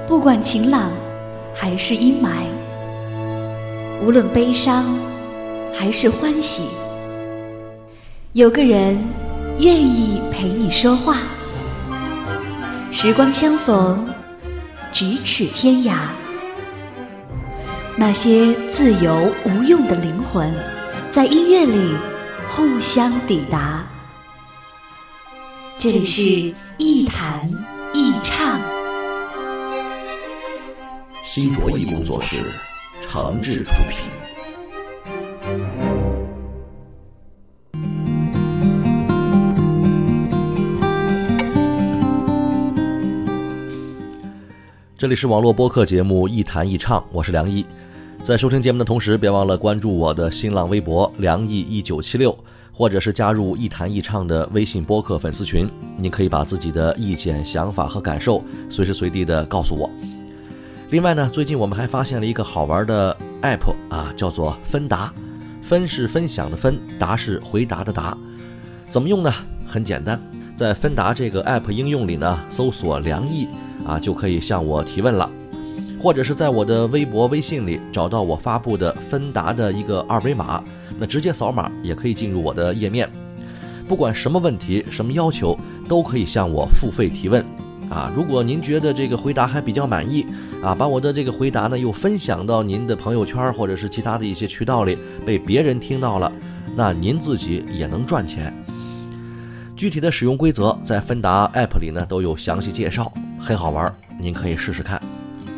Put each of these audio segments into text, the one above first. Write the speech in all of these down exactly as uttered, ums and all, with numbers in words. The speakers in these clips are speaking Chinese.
不管晴朗还是阴霾，无论悲伤还是欢喜，有个人愿意陪你说话。时光相逢，咫尺天涯。那些自由无用的灵魂，在音乐里互相抵达。这里是一弹一唱， 新卓艺工作室诚挚出品。这里是网络播客节目一弹一唱，我是梁毅。在收听节目的同时，别忘了关注我的新浪微博梁毅一九七六，或者是加入一弹一唱的微信播客粉丝群，你可以把自己的意见、想法和感受随时随地的告诉我。另外呢，最近我们还发现了一个好玩的 app 啊，叫做分答。分是分享的分，答是回答的答。怎么用呢？很简单，在分答这个 app 应用里呢，搜索梁毅啊，就可以向我提问了。或者是在我的微博、微信里找到我发布的分答的一个二维码，那直接扫码也可以进入我的页面。不管什么问题、什么要求，都可以向我付费提问啊。如果您觉得这个回答还比较满意啊，把我的这个回答呢又分享到您的朋友圈或者是其他的一些渠道里，被别人听到了，那您自己也能赚钱。具体的使用规则在分答 app 里呢都有详细介绍，很好玩，您可以试试看。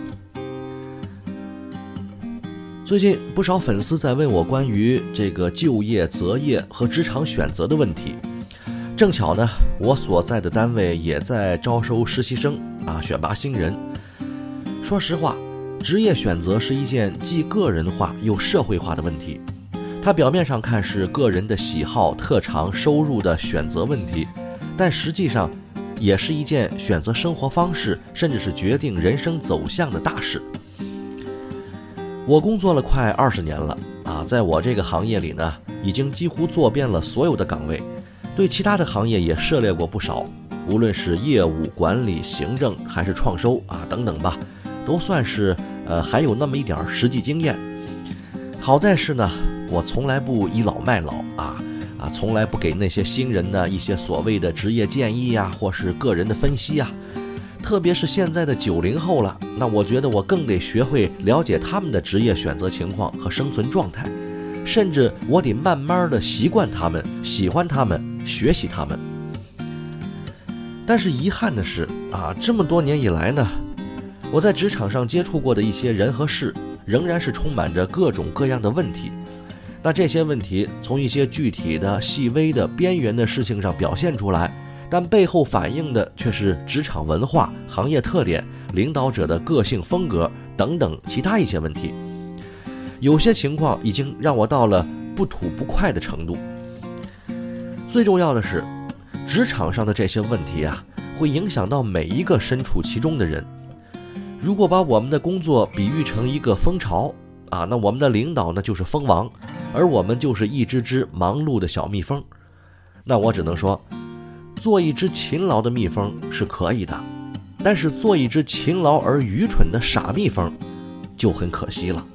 最近不少粉丝在问我关于这个就业、择业和职场选择的问题。正巧呢，我所在的单位也在招收实习生啊，选拔新人。说实话，职业选择是一件既个人化又社会化的问题。它表面上看是个人的喜好、特长、收入的选择问题，但实际上也是一件选择生活方式，甚至是决定人生走向的大事。我工作了快二十年了啊，在我这个行业里呢，已经几乎做遍了所有的岗位，对其他的行业也涉猎过不少，无论是业务管理、行政还是创收啊等等吧，都算是呃还有那么一点实际经验。好在是呢，我从来不倚老卖老啊啊，从来不给那些新人呢一些所谓的职业建议呀，或是个人的分析啊。特别是现在的九零后了，那我觉得我更得学会了解他们的职业选择情况和生存状态，甚至我得慢慢的习惯他们，喜欢他们，学习他们。但是遗憾的是啊，这么多年以来呢，我在职场上接触过的一些人和事，仍然是充满着各种各样的问题。那这些问题从一些具体的、细微的、边缘的事情上表现出来，但背后反映的却是职场文化、行业特点、领导者的个性风格等等其他一些问题。有些情况已经让我到了不吐不快的程度。最重要的是，职场上的这些问题啊，会影响到每一个身处其中的人。如果把我们的工作比喻成一个蜂巢啊，那我们的领导呢就是蜂王，而我们就是一只只忙碌的小蜜蜂。那我只能说，做一只勤劳的蜜蜂是可以的，但是做一只勤劳而愚蠢的傻蜜蜂就很可惜了。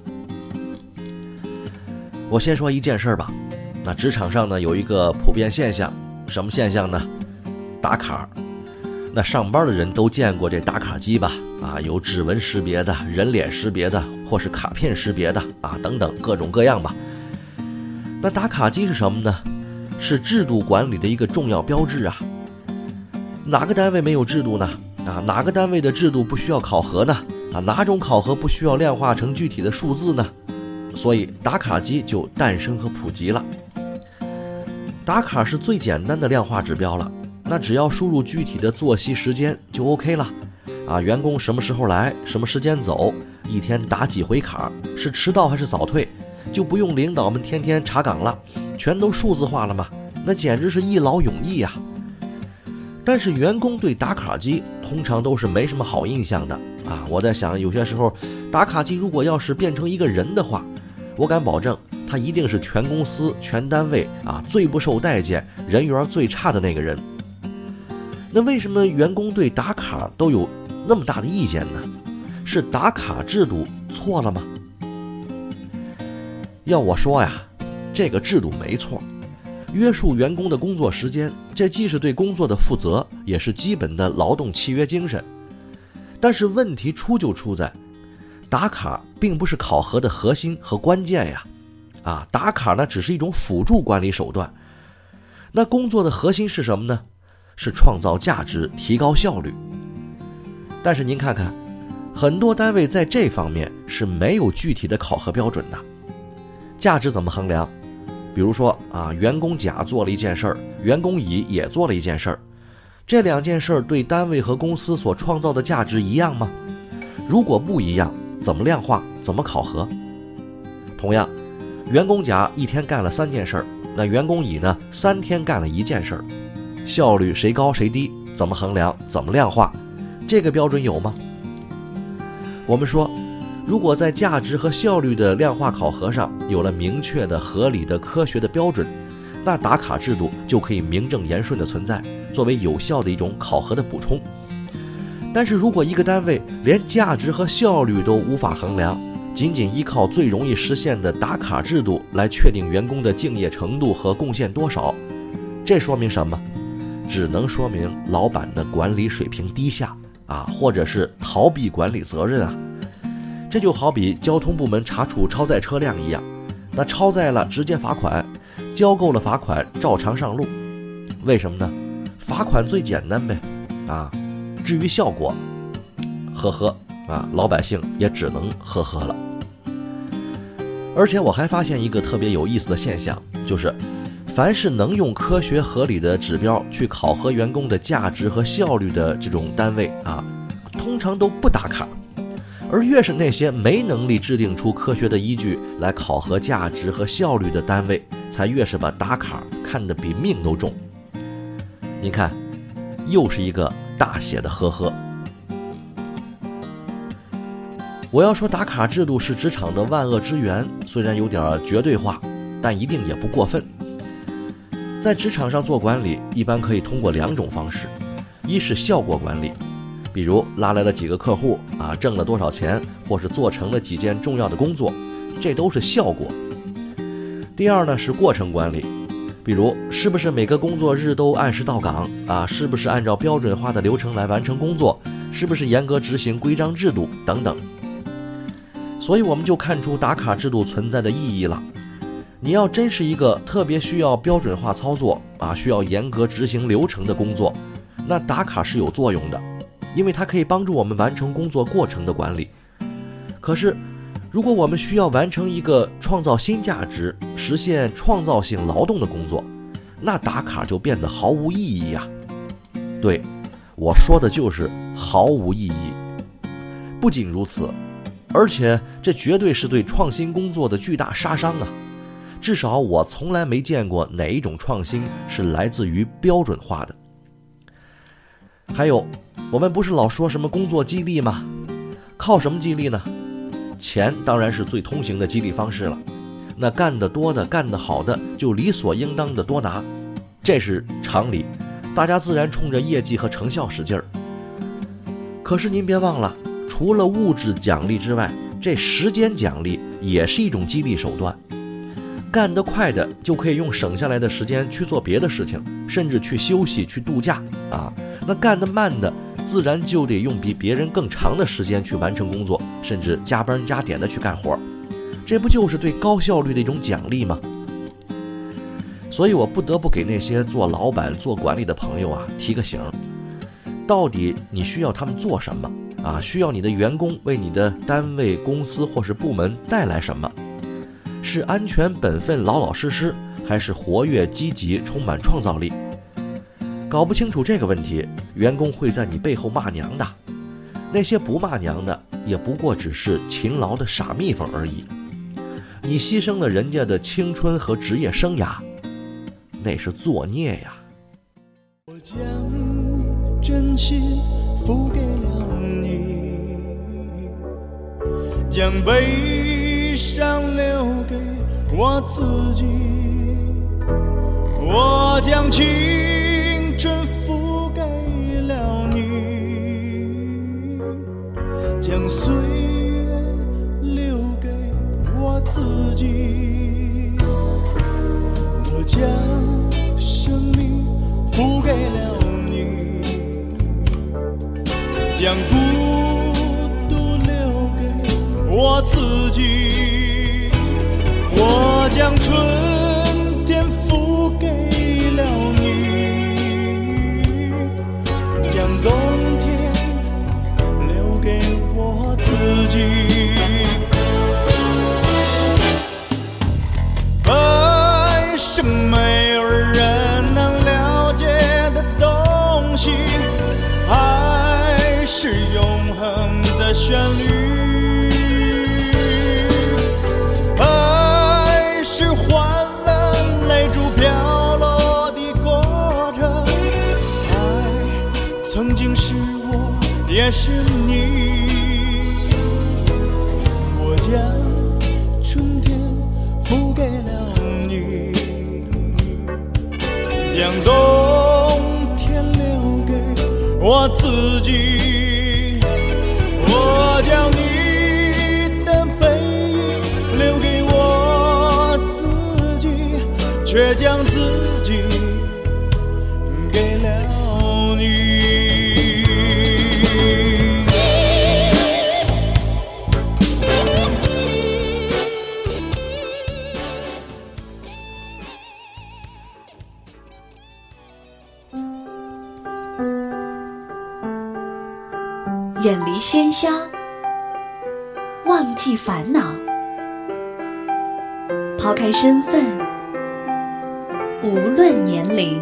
我先说一件事吧，那职场上呢有一个普遍现象，什么现象呢？打卡。那上班的人都见过这打卡机吧？啊，有指纹识别的、人脸识别的，或是卡片识别的啊，等等各种各样吧。那打卡机是什么呢？是制度管理的一个重要标志啊。哪个单位没有制度呢？啊，哪个单位的制度不需要考核呢？啊，哪种考核不需要量化成具体的数字呢？所以打卡机就诞生和普及了。打卡是最简单的量化指标了，那只要输入具体的作息时间就 OK 了。啊，员工什么时候来，什么时间走，一天打几回卡，是迟到还是早退，就不用领导们天天查岗了，全都数字化了嘛，那简直是一劳永逸啊。但是员工对打卡机通常都是没什么好印象的啊。我在想，有些时候打卡机如果要是变成一个人的话，我敢保证他一定是全公司全单位啊最不受待见、人缘最差的那个人。那为什么员工对打卡都有那么大的意见呢？ 是打卡制度错了吗？要我说呀，这个制度没错，约束员工的工作时间，这既是对工作的负责，也是基本的劳动契约精神。但是问题出就出在，打卡并不是考核的核心和关键呀。啊，打卡呢只是一种辅助管理手段。那工作的核心是什么呢？是创造价值，提高效率。但是您看看，很多单位在这方面是没有具体的考核标准的。价值怎么衡量？比如说啊，员工甲做了一件事儿，员工乙也做了一件事儿，这两件事儿对单位和公司所创造的价值一样吗？如果不一样，怎么量化？怎么考核？同样，员工甲一天干了三件事儿，那员工乙呢，三天干了一件事儿，效率谁高谁低？怎么衡量？怎么量化？这个标准有吗？我们说，如果在价值和效率的量化考核上有了明确的、合理的、科学的标准，那打卡制度就可以名正言顺的存在，作为有效的一种考核的补充。但是如果一个单位连价值和效率都无法衡量，仅仅依靠最容易实现的打卡制度来确定员工的敬业程度和贡献多少，这说明什么？只能说明老板的管理水平低下啊，或者是逃避管理责任啊。这就好比交通部门查处超载车辆一样，那超载了直接罚款，交够了罚款照常上路。为什么呢？罚款最简单呗啊，至于效果，呵呵啊，老百姓也只能呵呵了。而且我还发现一个特别有意思的现象，就是凡是能用科学合理的指标去考核员工的价值和效率的这种单位啊，通常都不打卡。而越是那些没能力制定出科学的依据来考核价值和效率的单位，才越是把打卡看得比命都重。您看，又是一个大写的呵呵。我要说打卡制度是职场的万恶之源，虽然有点绝对化，但一定也不过分。在职场上做管理，一般可以通过两种方式，一是效果管理，比如拉来了几个客户啊，挣了多少钱，或是做成了几件重要的工作，这都是效果。第二呢是过程管理，比如是不是每个工作日都按时到岗啊，是不是按照标准化的流程来完成工作，是不是严格执行规章制度等等。所以我们就看出打卡制度存在的意义了。你要真是一个特别需要标准化操作啊，需要严格执行流程的工作，那打卡是有作用的，因为它可以帮助我们完成工作过程的管理。可是如果我们需要完成一个创造新价值、实现创造性劳动的工作，那打卡就变得毫无意义呀。对，我说的就是毫无意义。不仅如此，而且这绝对是对创新工作的巨大杀伤啊！至少我从来没见过哪一种创新是来自于标准化的。还有，我们不是老说什么工作激励吗？靠什么激励呢？钱当然是最通行的激励方式了。那干得多的、干得好的，就理所应当的多拿，这是常理，大家自然冲着业绩和成效使劲儿。可是您别忘了，除了物质奖励之外，这时间奖励也是一种激励手段。干得快的就可以用省下来的时间去做别的事情，甚至去休息、去度假啊。那干得慢的，自然就得用比别人更长的时间去完成工作，甚至加班加点的去干活。这不就是对高效率的一种奖励吗？所以我不得不给那些做老板、做管理的朋友啊提个醒，到底你需要他们做什么啊？需要你的员工为你的单位、公司或是部门带来什么？是安全本分、老老实实，还是活跃积极、充满创造力？搞不清楚这个问题，员工会在你背后骂娘的。那些不骂娘的，也不过只是勤劳的傻蜜蜂而已。你牺牲了人家的青春和职业生涯，那是作孽呀。 我将真心付给了你，将悲伤留给我自己，我将青春付给了你，将岁将孤独留给我自己，我将春天付给了你，将冬天留给我自己。爱是没有人能了解的东西，爱是永恒的旋律，爱是欢乐泪珠飘落的过程，爱曾经是我也是你，我将春天付给了你，将冬天留给我自己，我将你的背影留给我自己，却将自己给了你。 远离喧嚣，忘记烦恼，抛开身份，无论年龄，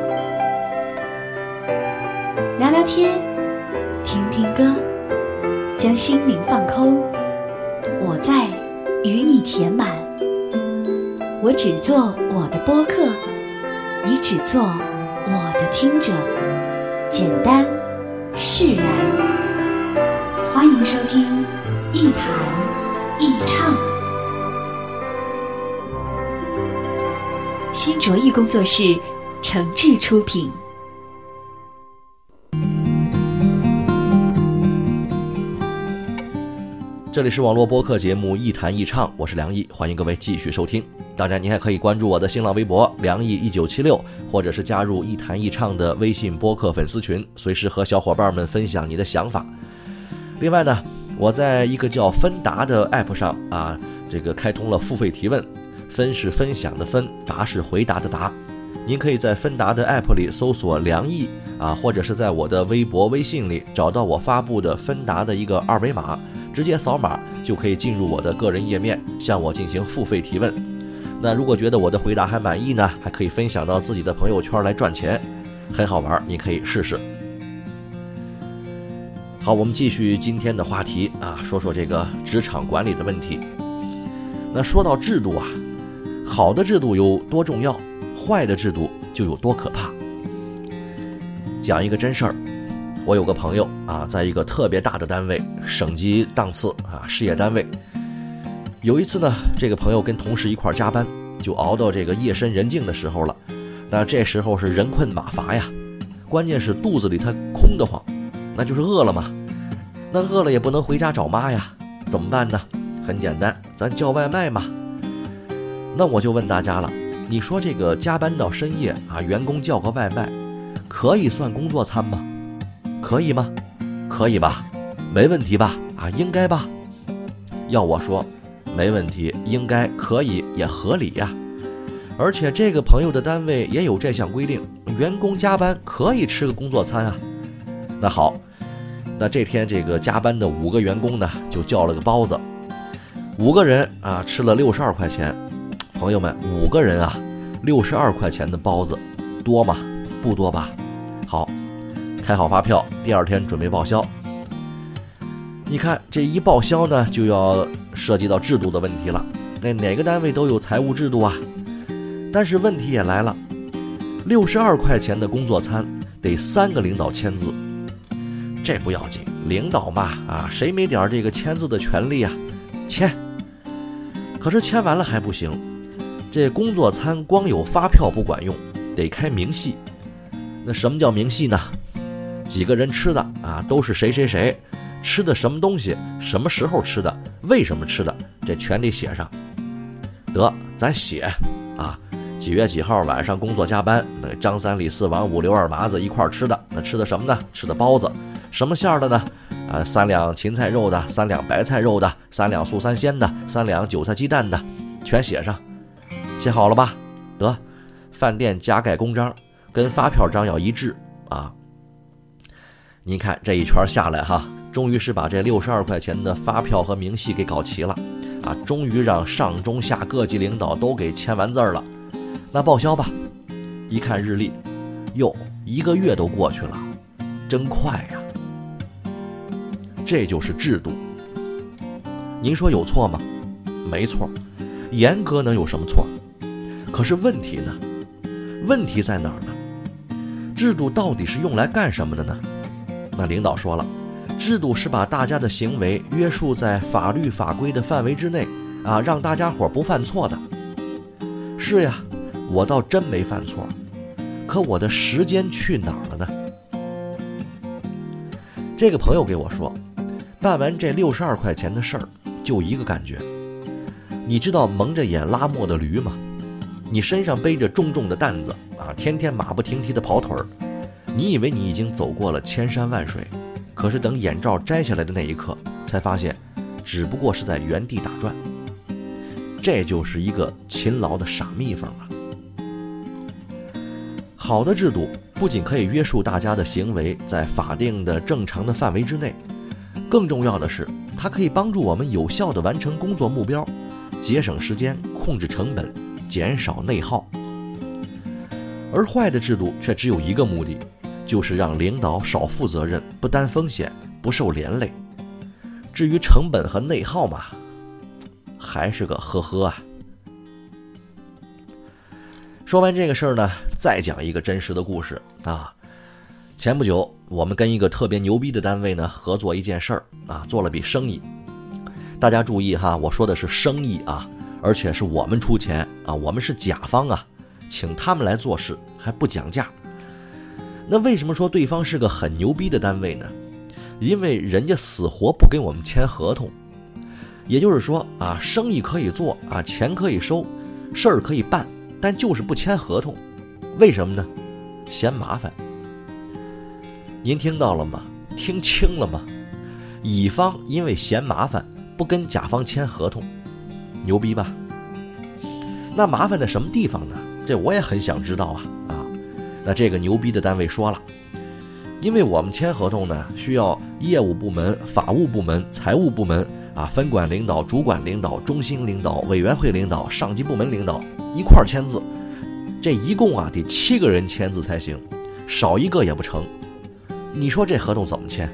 聊聊天，听听歌，将心灵放空。我在与你填满，我只做我的播客，你只做我的听者，简单释然。欢迎收听一谈一唱，新卓艺工作室诚挚出品。 这里是网络播客节目一谈一唱，我是梁毅，欢迎各位继续收听。当然你还可以关注我的新浪微博梁毅一九七六，或者是加入一谈一唱的微信播客粉丝群，随时和小伙伴们分享你的想法。另外呢，我在一个叫芬达的 app 上啊，这个开通了付费提问，分是分享的分，答是回答的答。您可以在芬达的 app 里搜索梁毅啊，或者是在我的微博微信里找到我发布的芬达的一个二维码，直接扫码就可以进入我的个人页面，向我进行付费提问。那如果觉得我的回答还满意呢，还可以分享到自己的朋友圈来赚钱，很好玩，你可以试试。好，我们继续今天的话题啊，说说这个职场管理的问题。那说到制度啊，好的制度有多重要，坏的制度就有多可怕。讲一个真事儿，我有个朋友啊，在一个特别大的单位，省级档次啊，事业单位。有一次呢，这个朋友跟同事一块加班，就熬到这个夜深人静的时候了。那这时候是人困马乏呀，关键是肚子里他空得慌，那就是饿了嘛。那饿了也不能回家找妈呀，怎么办呢？很简单，咱叫外卖嘛。那我就问大家了，你说这个加班到深夜啊，员工叫个外卖，可以算工作餐吗？可以吗？可以吧？没问题吧？啊，应该吧？要我说，没问题，应该，可以，也合理呀。而且这个朋友的单位也有这项规定，员工加班可以吃个工作餐啊。那好，那这天这个加班的五个员工呢，就叫了个包子，五个人啊吃了六十二块钱。朋友们，五个人啊，六十二块钱的包子，多吗？不多吧？好，开好发票，第二天准备报销。你看这一报销呢，就要涉及到制度的问题了。那哪个单位都有财务制度啊，但是问题也来了，六十二块钱的工作餐得三个领导签字。这不要紧，领导嘛啊，谁没点这个签字的权利啊？签。可是签完了还不行，这工作餐光有发票不管用，得开明细。那什么叫明细呢？几个人吃的啊，都是谁谁谁吃的，什么东西，什么时候吃的，为什么吃的，这全得写上。得，咱写啊，几月几号晚上工作加班，那张三李四王五刘二麻子一块吃的，那吃的什么呢？吃的包子。 什么馅儿的呢？啊，三两芹菜肉的，三两白菜肉的，三两素三鲜的，三两韭菜鸡蛋的，全写上。写好了吧？得，饭店加盖公章，跟发票章要一致啊。您看这一圈下来哈，终于是把这六十二块钱的发票和明细给搞齐了啊！终于让上中下各级领导都给签完字了。那报销吧。一看日历，哟，一个月都过去了，真快呀！这就是制度。您说有错吗？没错，严格能有什么错？可是问题呢？问题在哪儿呢？制度到底是用来干什么的呢？那领导说了，制度是把大家的行为约束在法律法规的范围之内啊，让大家伙不犯错的。是呀，我倒真没犯错，可我的时间去哪儿了呢？这个朋友给我说，办完这六十二块钱的事儿，就一个感觉。你知道蒙着眼拉磨的驴吗？你身上背着重重的担子啊，天天马不停蹄的跑腿儿，你以为你已经走过了千山万水，可是等眼罩摘下来的那一刻，才发现只不过是在原地打转。这就是一个勤劳的傻蜜蜂啊！好的制度不仅可以约束大家的行为在法定的正常的范围之内，更重要的是，它可以帮助我们有效地完成工作目标，节省时间，控制成本，减少内耗。而坏的制度却只有一个目的，就是让领导少负责任，不担风险，不受连累。至于成本和内耗嘛，还是个呵呵啊。说完这个事儿呢，再讲一个真实的故事啊。前不久，我们跟一个特别牛逼的单位呢合作一件事儿啊，做了笔生意。大家注意哈，我说的是生意啊，而且是我们出钱啊，我们是甲方啊，请他们来做事还不讲价。那为什么说对方是个很牛逼的单位呢？因为人家死活不跟我们签合同。也就是说啊，生意可以做啊，钱可以收，事儿可以办，但就是不签合同。为什么呢？嫌麻烦。您听到了吗？听清了吗？乙方因为嫌麻烦，不跟甲方签合同，牛逼吧？那麻烦在什么地方呢？这我也很想知道啊啊！那这个牛逼的单位说了，因为我们签合同呢，需要业务部门、法务部门、财务部门啊，分管领导、主管领导、中心领导、委员会领导、上级部门领导一块儿签字，这一共啊得七个人签字才行，少一个也不成。你说这合同怎么签？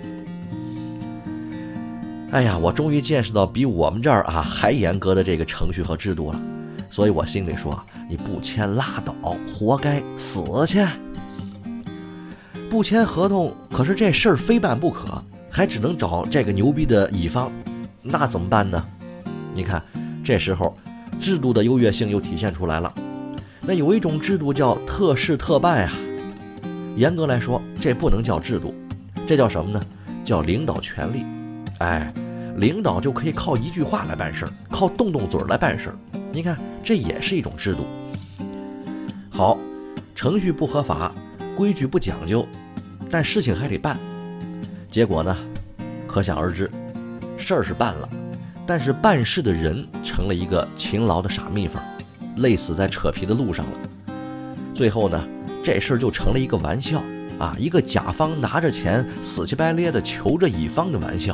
哎呀，我终于见识到比我们这儿啊还严格的这个程序和制度了，所以我心里说，你不签拉倒，活该死去。不签合同，可是这事儿非办不可，还只能找这个牛逼的乙方，那怎么办呢？你看，这时候制度的优越性又体现出来了。那有一种制度叫特事特办啊，严格来说，这不能叫制度，这叫什么呢？叫领导权力。哎，领导就可以靠一句话来办事儿，靠动动嘴来办事儿。你看，这也是一种制度。好，程序不合法，规矩不讲究，但事情还得办。结果呢，可想而知，事儿是办了，但是办事的人成了一个勤劳的傻蜜蜂，累死在扯皮的路上了。最后呢，这事儿就成了一个玩笑啊，一个甲方拿着钱死乞白咧的求着乙方的玩笑。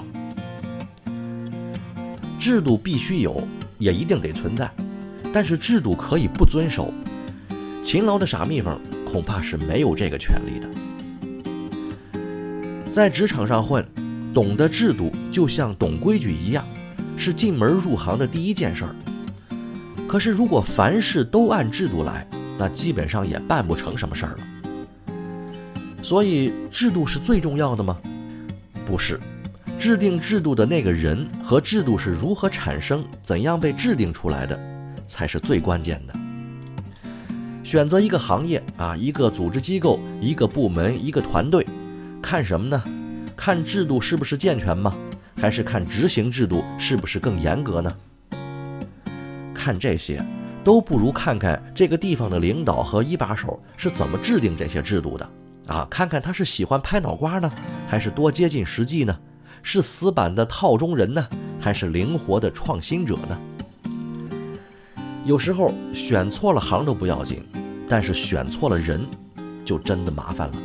制度必须有，也一定得存在，但是制度可以不遵守。勤劳的傻蜜蜂恐怕是没有这个权利的。在职场上混，懂得制度就像懂规矩一样，是进门入行的第一件事儿。可是如果凡事都按制度来，那基本上也办不成什么事儿了。所以制度是最重要的吗？不是。制定制度的那个人和制度是如何产生、怎样被制定出来的，才是最关键的。选择一个行业啊，一个组织机构、一个部门、一个团队，看什么呢？看制度是不是健全吗？还是看执行制度是不是更严格呢？看这些都不如看看这个地方的领导和一把手是怎么制定这些制度的啊，看看他是喜欢拍脑瓜呢，还是多接近实际呢？是死板的套中人呢，还是灵活的创新者呢？有时候选错了行都不要紧，但是选错了人就真的麻烦了。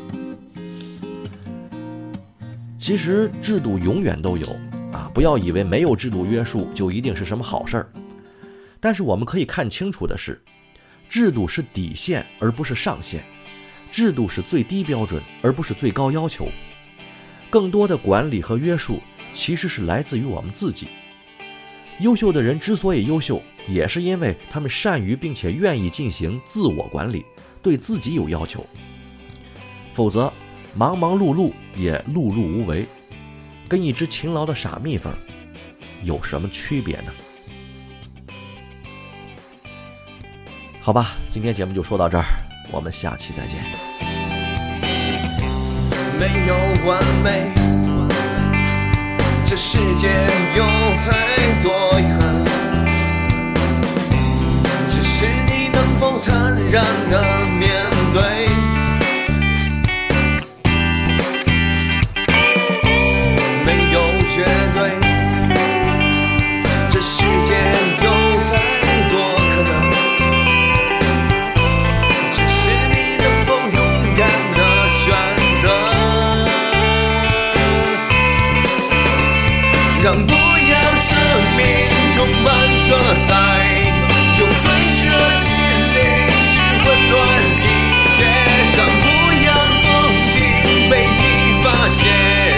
其实制度永远都有啊，不要以为没有制度约束就一定是什么好事儿。但是我们可以看清楚的是，制度是底线而不是上限，制度是最低标准而不是最高要求。更多的管理和约束其实是来自于我们自己。优秀的人之所以优秀，也是因为他们善于并且愿意进行自我管理，对自己有要求。否则忙忙碌碌也碌碌无为，跟一只勤劳的傻蜜蜂有什么区别呢？好吧，今天节目就说到这儿，我们下期再见。 没有完美，这世界有太多遗憾，只是你能否坦然地面对。没有绝对，这世界有太多可能，只是你能否勇敢地选择。让不一样生命充满色彩，用最热心灵去温暖一切，让不一样风景被你发现。